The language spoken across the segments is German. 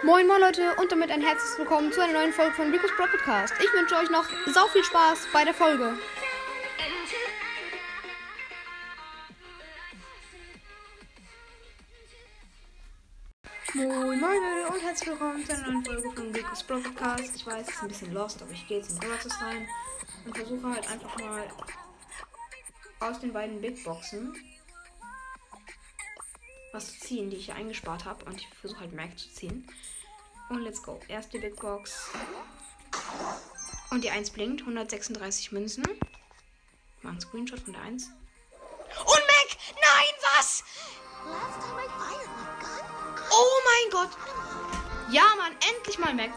Moin moin Leute und damit ein herzliches Willkommen zu einer neuen Folge von Rico's Brawl Podcast. Ich wünsche euch noch sau viel Spaß bei der Folge. Moin moin Leute und herzlich willkommen zu einer neuen Folge von Rico's Brawl Podcast. Ich weiß, es ist ein bisschen lost, aber ich gehe jetzt in den Brawlers rein und versuche halt einfach mal aus den beiden Big Boxen was zu ziehen, die ich hier eingespart habe. Und ich versuche halt Mac zu ziehen. Und let's go. Erste Big Box. Und die 1 blinkt. 136 Münzen. Mal einen Screenshot von der 1. Und Mac! Nein, was? Oh mein Gott. Ja, Mann. Endlich mal Mac.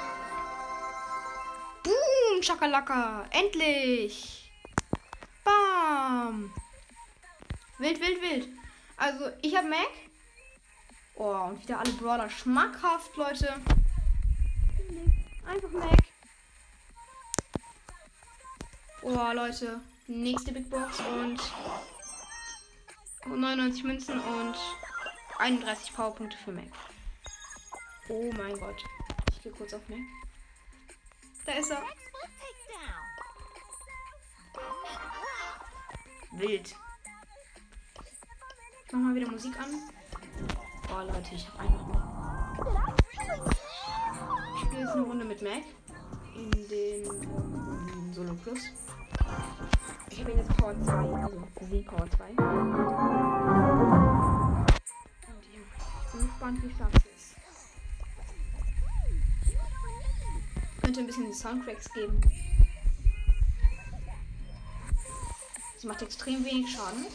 Boom. Schakalaka. Endlich. Bam. Wild, wild, wild. Also, ich habe Mac. Oh, und wieder alle Brawler schmackhaft, Leute. Einfach Mac. Oh, Leute. Nächste Big Box und 99 Münzen und 31 Powerpunkte für Mac. Oh mein Gott. Ich gehe kurz auf Mac. Da ist er. Wild. Ich mach mal wieder Musik an. Oh Leute, ich hab einfach mal. Ich spiele jetzt eine Runde mit Mac. In den Solo Plus. Ich habe jetzt Power 2, also sie Power 2. Und ich bin gespannt, wie stark sie ist. Könnte ein bisschen Soundtracks geben. Sie macht extrem wenig Schaden.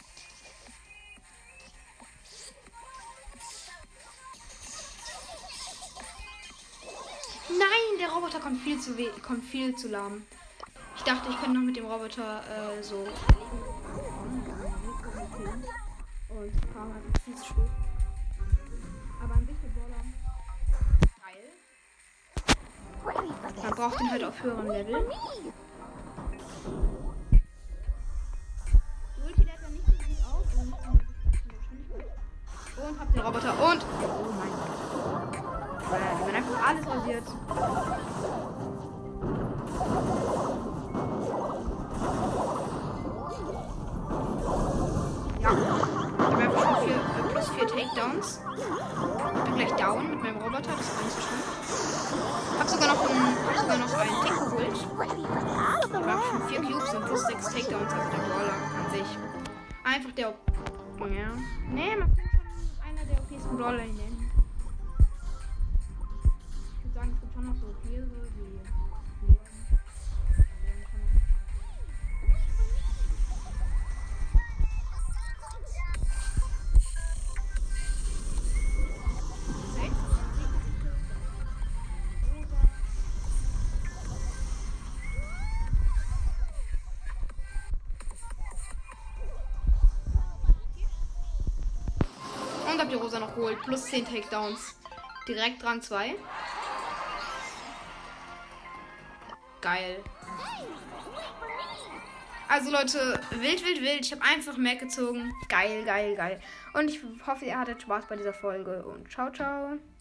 Nein, der Roboter kommt viel zu lahm. Ich dachte, ich könnte noch mit dem Roboter so. Und kam halt viel zu spät. Aber ein bisschen Brawler. Geil. Man braucht ihn halt auf höherem Level. Die Ulti lädt dann nicht so gut aus. Und hab den Roboter und. Oh mein Gott. Die werden einfach alles rasiert. Ja. Ich habe einfach schon plus 4 Takedowns. Ich bin gleich down mit meinem Roboter, das ist nicht so schlimm. Hab sogar noch einen Tick geholt. Ich habe schon 4 Cubes und plus 6 Takedowns, also der Brawler an sich. Einfach der. Ja. Nee, man kann schon einer der OPsten Brawler nennen. Es gibt schon noch so viele, die und hab die Rosa noch geholt. Plus 10 Takedowns. Direkt Rang 2. Geil. Also Leute, wild, wild, wild. Ich habe einfach Mac gezogen. Geil, geil, geil. Und ich hoffe, ihr hattet Spaß bei dieser Folge. Und ciao, ciao.